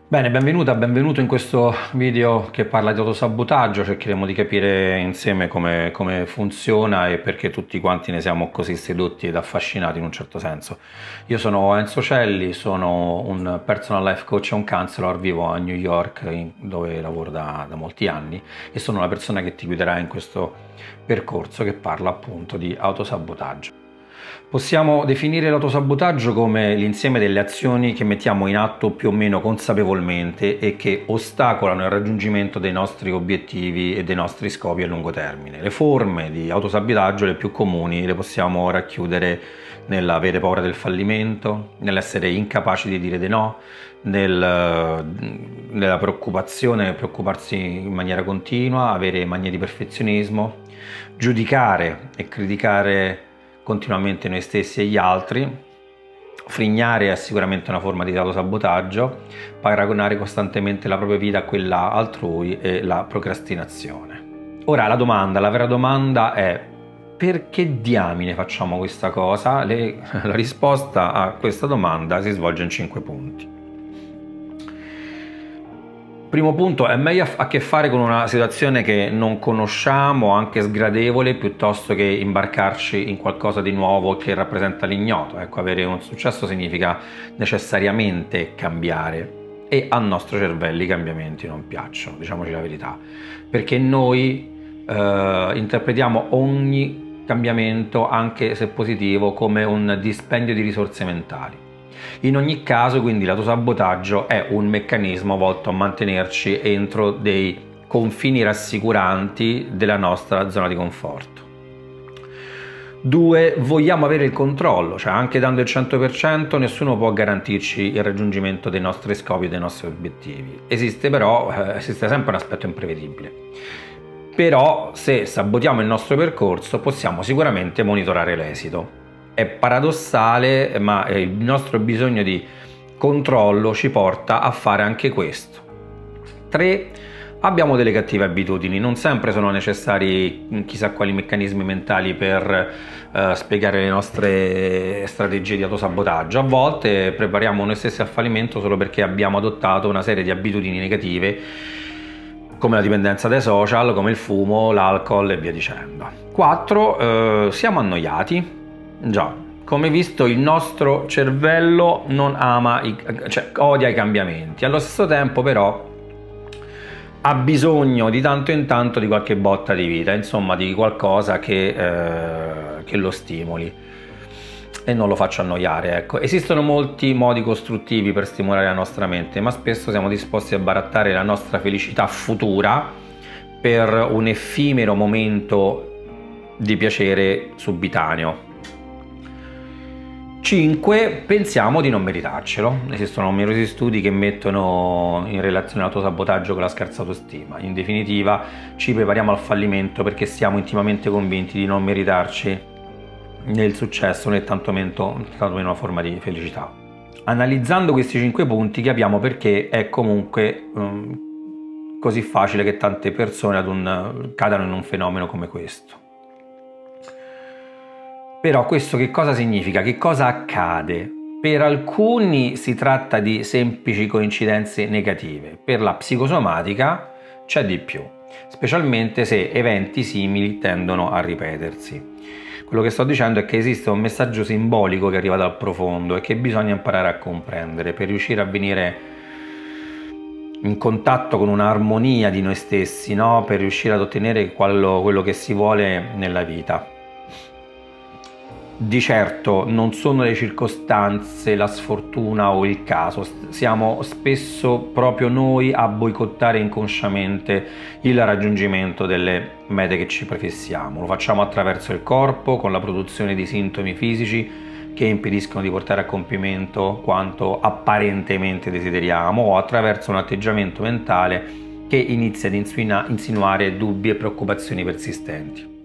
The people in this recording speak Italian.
Bene, benvenuto in questo video che parla di autosabotaggio. Cercheremo di capire insieme come funziona e perché tutti quanti ne siamo così sedotti ed affascinati in un certo senso. Io sono Enzo Celli, sono un personal life coach e un counselor, vivo a New York dove lavoro da molti anni e sono la persona che ti guiderà in questo percorso che parla appunto di autosabotaggio. Possiamo definire l'autosabotaggio come l'insieme delle azioni che mettiamo in atto più o meno consapevolmente e che ostacolano il raggiungimento dei nostri obiettivi e dei nostri scopi a lungo termine. Le forme di autosabotaggio, le più comuni, le possiamo racchiudere nell'avere paura del fallimento, nell'essere incapaci di dire di no, nella preoccuparsi in maniera continua, avere manie di perfezionismo, giudicare e criticare continuamente noi stessi e gli altri. Frignare è sicuramente una forma di autosabotaggio, paragonare costantemente la propria vita a quella altrui e la procrastinazione. Ora la vera domanda è: perché diamine facciamo questa cosa? La risposta a questa domanda si svolge in 5 punti. Primo punto: è meglio a che fare con una situazione che non conosciamo, anche sgradevole, piuttosto che imbarcarci in qualcosa di nuovo che rappresenta l'ignoto. Ecco, avere un successo significa necessariamente cambiare e al nostro cervello i cambiamenti non piacciono, diciamoci la verità, perché noi interpretiamo ogni cambiamento, anche se positivo, come un dispendio di risorse mentali. In ogni caso, quindi, l'autosabotaggio è un meccanismo volto a mantenerci entro dei confini rassicuranti della nostra zona di conforto. 2. Vogliamo avere il controllo, cioè anche dando il 100% nessuno può garantirci il raggiungimento dei nostri scopi e dei nostri obiettivi. Esiste sempre un aspetto imprevedibile. Però se sabotiamo il nostro percorso possiamo sicuramente monitorare l'esito. È paradossale, ma il nostro bisogno di controllo ci porta a fare anche questo. 3. Abbiamo delle cattive abitudini, non sempre sono necessari chissà quali meccanismi mentali per spiegare le nostre strategie di autosabotaggio. A volte prepariamo noi stessi al fallimento solo perché abbiamo adottato una serie di abitudini negative, come la dipendenza dai social, come il fumo, l'alcol e via dicendo. 4. Siamo annoiati. Già, come visto, il nostro cervello non ama, odia i cambiamenti. Allo stesso tempo però ha bisogno di tanto in tanto di qualche botta di vita, insomma di qualcosa che lo stimoli e non lo faccia annoiare. Ecco, esistono molti modi costruttivi per stimolare la nostra mente, ma spesso siamo disposti a barattare la nostra felicità futura per un effimero momento di piacere subitaneo. 5. Pensiamo di non meritarcelo. Esistono numerosi studi che mettono in relazione l'autosabotaggio con la scarsa autostima. In definitiva, ci prepariamo al fallimento perché siamo intimamente convinti di non meritarci né il successo né tantomeno una forma di felicità. Analizzando questi 5 punti capiamo perché è comunque così facile che tante persone cadano in un fenomeno come questo. Però questo che cosa significa? Che cosa accade? Per alcuni si tratta di semplici coincidenze negative, per la psicosomatica c'è di più, specialmente se eventi simili tendono a ripetersi. Quello che sto dicendo è che esiste un messaggio simbolico che arriva dal profondo e che bisogna imparare a comprendere per riuscire a venire in contatto con un'armonia di noi stessi, no? Per riuscire ad ottenere quello che si vuole nella vita. Di certo non sono le circostanze, la sfortuna o il caso, siamo spesso proprio noi a boicottare inconsciamente il raggiungimento delle mete che ci prefissiamo. Lo facciamo attraverso il corpo, con la produzione di sintomi fisici che impediscono di portare a compimento quanto apparentemente desideriamo, o attraverso un atteggiamento mentale che inizia ad insinuare dubbi e preoccupazioni persistenti.